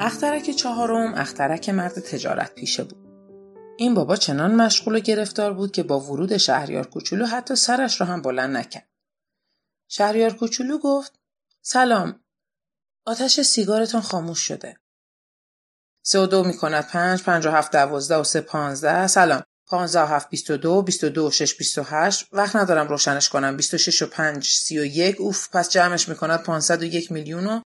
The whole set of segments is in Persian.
اخترک چهارم اخترک مرد تجارت پیشه بود. این بابا چنان مشغول و گرفتار بود که با ورود شهریار کوچولو حتی سرش را هم بلند نکرد. شهریار کوچولو گفت: سلام، آتش سیگارتان خاموش شده. 3 و 2 میکند 5، 5 و 7 12 و 3 15. سلام. 15 و 7 22، 22 و 6 28. وقت ندارم روشنش کنم. 26 و 5 31. اوف، پس جمعش میکند 501 میلیون و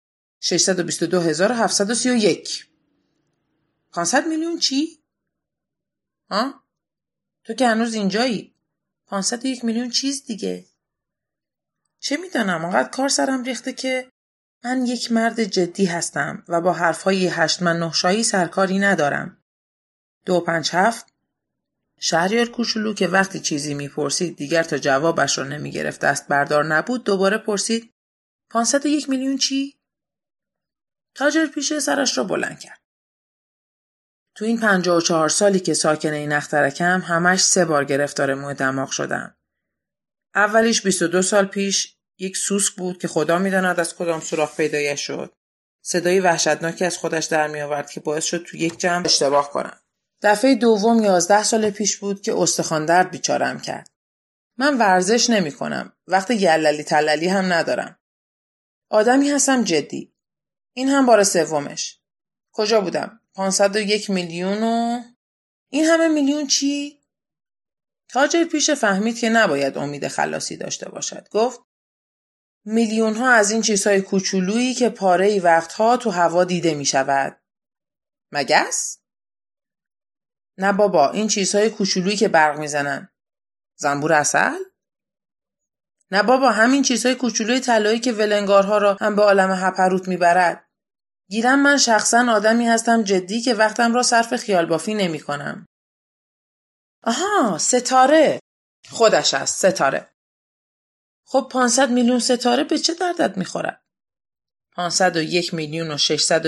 622,731. 500 میلیون چی؟ ها؟ تو که هنوز اینجایی. 501 میلیون چیز دیگه. چه میدانم، انقدر کار سرم ریخته که من یک مرد جدی هستم و با حرفهای 8 من 9 شایی سرکاری ندارم. 257. شهریار کوچولو که وقتی چیزی میپرسید دیگر تا جوابش رو نمیگرفت دست بردار نبود، دوباره پرسید: 501 میلیون چی؟ تاجر پیشه سرش رو بلند کرد. تو این 54 سالی که ساکن این اخترکم همش 3 بار گرفتار موی دماغ شدم. اولیش 22 سال پیش یک سوسک بود که خدا میداند از کدام سوراخ پیدایش شد. صدای وحشتناکی از خودش در می آورد که باعث شد تو یک جمع اشتباه کنم. دفعه دوم 11 سال پیش بود که استخوان درد بیچارم کرد. من ورزش نمی کنم. وقت یللی تللی هم ندارم. آدمی هستم جدی. این هم بار سومش. کجا بودم؟ 501 میلیون و... این همه میلیون چی؟ تاجر پیشه فهمید که نباید امید خلاصی داشته باشد. گفت: میلیون ها از این چیزهای کوچولویی که پاره‌ای وقتها تو هوا دیده می شود. مگس؟ نه بابا، این چیزهای کوچولویی که برق می زنن. زنبور عسل؟ نه بابا، همین چیزهای کوچولوی طلایی که ولنگارها را هم به عالم هپروت می برد. گیرم من شخصا آدمی هستم جدی که وقتم را صرف خیال بافی نمی کنم. آها، ستاره. خودش است، ستاره. خب 500 میلیون ستاره به چه دردت میخورد؟ 501 میلیون و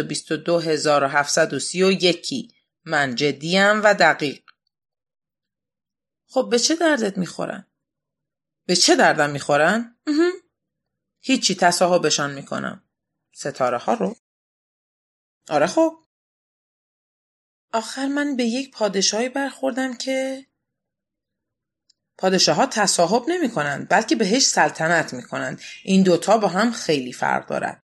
622,731. من جدیم و دقیق. خب به چه دردت میخورن؟ به چه دردم میخورن؟ هیچی، تصاحبشان میکنم. ستاره ها رو؟ آره خب. آخر من به یک پادشاهی برخوردم که پادشاه ها تصاحب نمی کنند بلکه بهش سلطنت می کنند. این دوتا با هم خیلی فرق دارد.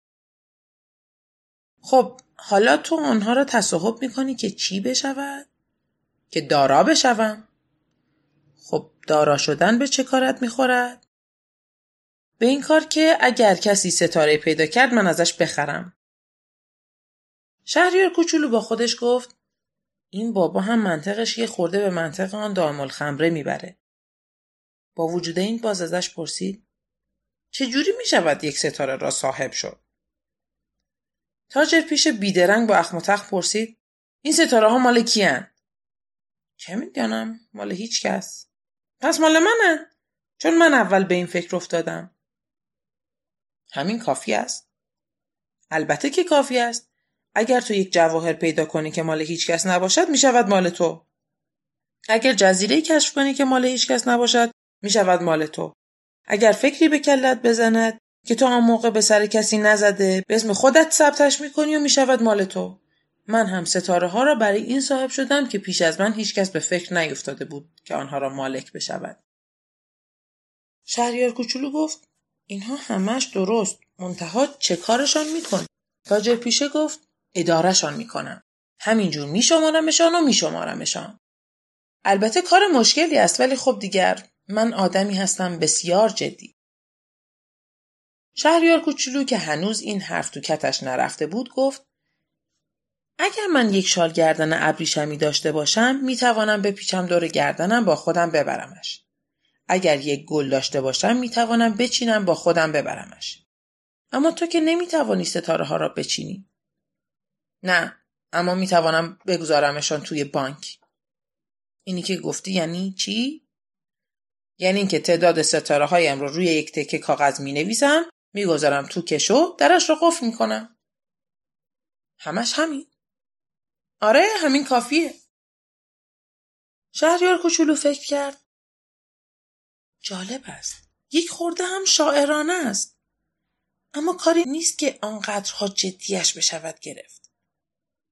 خب حالا تو آنها را تصاحب می کنی که چی بشود؟ که دارا بشوم. خب دارا شدن به چه کارت می خورد؟ به این کار که اگر کسی ستاره پیدا کرد من ازش بخرم. شهریار کوچولو با خودش گفت: این بابا هم منطقش یه خورده به منطق آن دارالخمره میبره. با وجود این باز ازش پرسید: چجوری می شود یک ستاره را صاحب شد؟ تاجر پیش بیدرنگ با اخم و تخم پرسید: این ستاره ها مال کیان؟ چه میدانم، مال هیچ کس. پس مال منه، چون من اول به این فکر افتادم. همین کافی است؟ البته که کافی است. اگر تو یک جواهر پیدا کنی که مال هیچ کس نباشد می شود مال تو. اگر جزیره کشف کنی که مال هیچ کس نباشد می شود مال تو. اگر فکری به کلت بزند که تو آن موقع به سر کسی نزده به اسم خودت ثبتش میکنی و میشود مال تو. من هم ستاره ها را برای این صاحب شدم که پیش از من هیچ کس به فکر نیفتاده بود که آنها را مالک بشود. شهریار کوچولو گفت: اینها همش درست، منتها چه کارشان میکن؟ تاجر پیشه گفت: ادارهشان میکنم. همینجور میشمارمشان. البته کار مشکلی است، ولی خب دیگر من آدمی هستم بسیار جدی. شهریار کوچولو که هنوز این حرف تو کتش نرفته بود گفت: اگر من یک شال گردن ابریشمی داشته باشم میتوانم بپیچم دور گردنم با خودم ببرمش. اگر یک گل داشته باشم میتوانم بچینم با خودم ببرمش. اما تو که نمیتوانی ستاره ها را بچینی. نه، اما میتوانم بگذارمشان توی بانک. اینی که گفتی یعنی چی؟ یعنی اینکه تعداد ستاره هایم رو روی یک تکه کاغذ مینویسم، میگذارم تو کشو، درش رو قفل میکنم. همش همین؟ آره، همین کافیه. شهریار کوچولو فکر کرد: جالب است. یک خورده هم شاعرانه است. اما کاری نیست که آنقدرها جدیش بشود گرفت.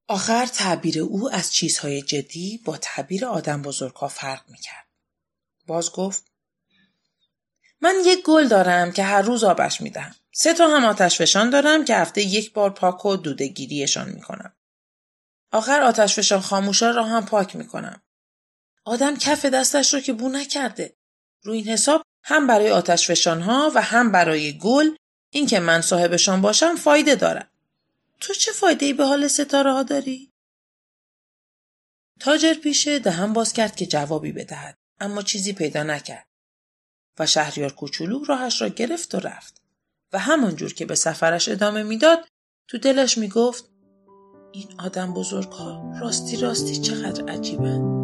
آخر تعبیر او از چیزهای جدی با تعبیر آدم بزرگها فرق میکرد. باز گفت من یک گل دارم که هر روز آبش میدهم. 3 تا هم آتشفشان دارم که هفته 1 بار پاک و دوده‌گیریشان میکنم. آخر آتشفشان خاموشا را هم پاک میکنم. آدم کف دستش رو که بو نکرده. رو این حساب هم برای آتشفشانها و هم برای گل این که من صاحبشان باشم فایده دارد. تو چه فایده‌ای به حال ستاره ها داری؟ تاجر پیشه دهن باز کرد که جوابی بدهد، اما چیزی پیدا نکرد و شهریار کوچولو راهش را گرفت و رفت و همانجور که به سفرش ادامه میداد تو دلش میگفت این آدم بزرگها راستی چقدر عجیبن.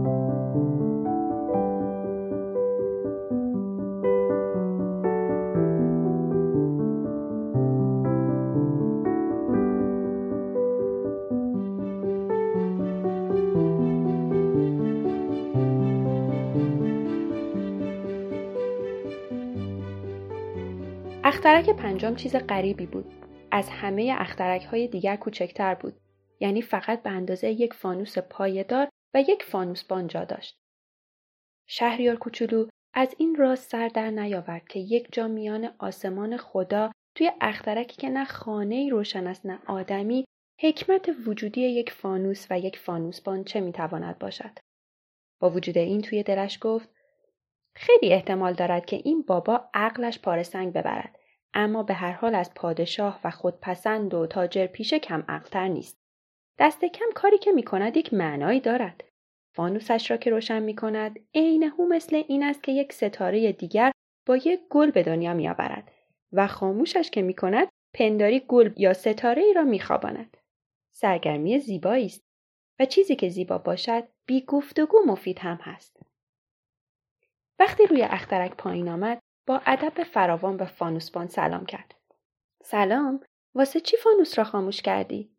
اخترک پنجم چیز غریبی بود. از همه اخترک‌های دیگر کوچکتر بود. یعنی فقط به اندازه یک فانوس پایه‌دار و یک فانوسبان جا داشت. شهریار کوچولو از این راز سر در نیاورد که یک جا میان آسمان خدا توی اخترکی که نه خانه‌ای روشن است نه آدمی، حکمت وجودی یک فانوس و یک فانوسبان چه میتواند باشد. با وجود این توی دلش گفت خیلی احتمال دارد که این بابا عقلش پاره سنگ ببرد، اما به هر حال از پادشاه و خودپسند و تاجر پیشه کم عقل‌تر نیست. دست کم کاری که می کند یک معنایی دارد. فانوسش را که روشن می کند عینه‌هو مثل این است که یک ستاره دیگر با یک گل به دنیا می آورد و خاموشش که می کند پنداری گل یا ستاره ای را می خواباند. سرگرمی زیبایی است و چیزی که زیبا باشد بی گفتگو مفید هم هست. وقتی روی اخترک پایین آمد با ادب فراوان به فانوسبان سلام کرد. سلام، واسه چی فانوس را خاموش کردی؟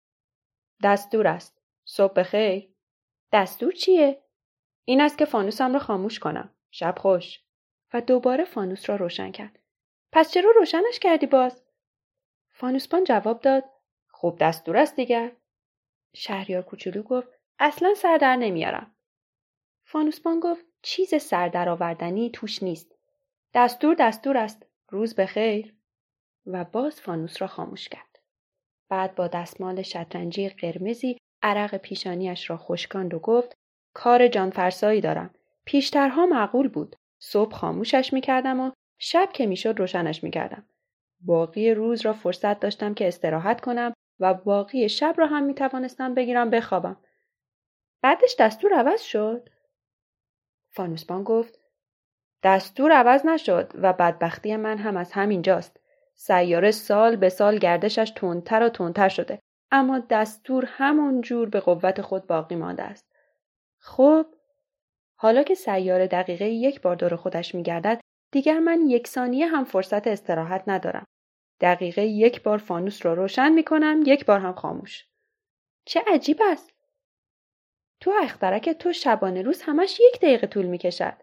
دستور است. صبح بخیر. دستور چیه؟ این است که فانوسم را خاموش کنم. شب خوش. و دوباره فانوس را روشن کرد. پس چرا روشنش کردی باز؟ فانوسبان جواب داد خوب دستور است دیگر. شهریار کوچولو گفت اصلا سر در نمیارم. فانوسبان گفت چیز سر در آوردنی توش نیست. دستور است. روز بخیر. و باز فانوس را خاموش کرد. بعد با دستمال شطرنجی قرمزی عرق پیشانیش را خشکاند و گفت کار جانفرسایی دارم. پیشترها معقول بود. صبح خاموشش میکردم و شب که میشد روشنش میکردم. باقی روز را فرصت داشتم که استراحت کنم و باقی شب را هم میتوانستم بگیرم بخوابم. بعدش دستور عوض شد؟ فانوسبان گفت دستور عوض نشد و بدبختی من هم از همین جاست. سیاره سال به سال گردشش تندتر و تندتر شده، اما دستور همون جور به قوت خود باقی مانده است. خب، حالا که سیاره دقیقه 1 بار دور خودش میگردد، دیگر من 1 ثانیه هم فرصت استراحت ندارم. دقیقه 1 بار فانوس را روشن میکنم، 1 بار هم خاموش. چه عجیب است. تو اخترک تو شبانه روز همش 1 دقیقه طول میکشد.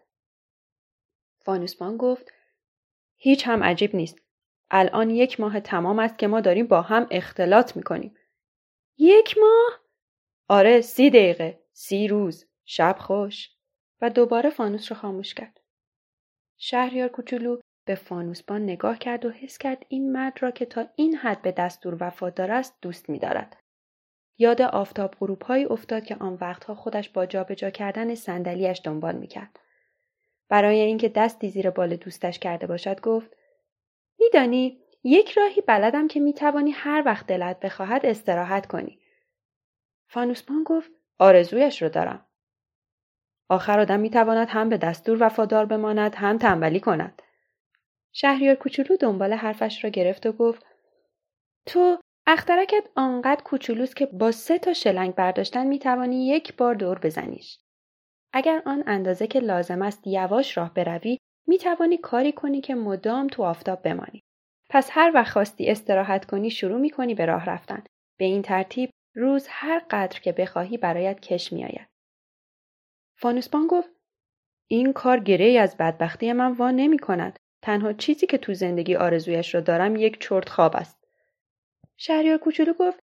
فانوسبان گفت هیچ هم عجیب نیست. الان 1 ماه تمام است که ما داریم با هم اختلاط میکنیم. 1 ماه؟ آره 30 دقیقه، 30 روز، شب خوش. و دوباره فانوس رو خاموش کرد. شهریار کوچولو به فانوسبان نگاه کرد و حس کرد این مرد را که تا این حد به دستور وفادار است دوست می‌دارد. یاد آفتاب غروب‌هایی افتاد که آن وقتها خودش با جابجا کردن صندلی‌اش دنبال می‌کرد. برای اینکه دستی زیر بال دوستش کرده باشد گفت میدانی 1 راهی بلدم که میتوانی هر وقت دلت بخواهد استراحت کنی. فانوسبان گفت آرزویش رو دارم. آخر آدم میتواند هم به دستور وفادار بماند هم تنبلی کند. شهریار کوچولو دنبال حرفش را گرفت و گفت تو اخترکت آنقدر کوچولوست که با 3 تا شلنگ برداشتن میتوانی 1 بار دور بزنیش. اگر آن اندازه که لازم است یواش راه بروی میتوانی کاری کنی که مدام تو آفتاب بمانی. پس هر وقت خواستی استراحت کنی شروع میکنی به راه رفتن. به این ترتیب روز هر قدر که بخواهی برایت کش میآید. فانوسبان گفت این کار گره‌ای از بدبختی من وا نمی کند. تنها چیزی که تو زندگی آرزویش را دارم 1 چرت خواب است. شهریار کوچولو گفت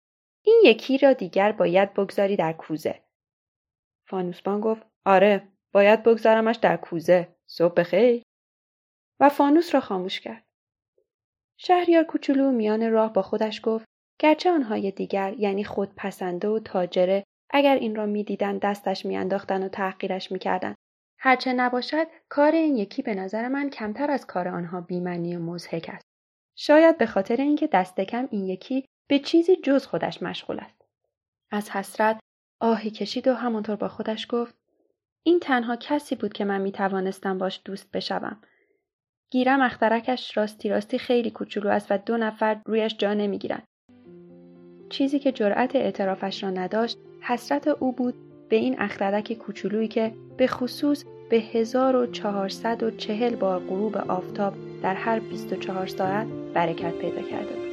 این یکی را دیگر باید بگذاری در کوزه. فانوسبان گفت آره، باید بگذارمش در کوزه. صبح بخیر. و فانوس را خاموش کرد. شهریار کوچولو میان راه با خودش گفت گرچه آنهای دیگر یعنی خودپسنده و تاجره اگر این را می‌دیدند دستش می‌انداختند و تحقیرش می‌کردند. هرچه نباشد کار این یکی به نظر من کمتر از کار آنها بی‌معنی و مضحک است. شاید به خاطر اینکه دست کم این یکی به چیزی جز خودش مشغول است. از حسرت آهی کشید و همانطور با خودش گفت این تنها کسی بود که من می‌توانستم باش دوست بشوم. گیرم اخترکش راستی خیلی کوچولو است و 2 نفر رویش جا نمی‌گیرند. چیزی که جرأت اعترافش را نداشت حسرت او بود به این اخترک کوچولویی که به خصوص به 1440 بار غروب آفتاب در هر 24 ساعت برکت پیدا کرده بود.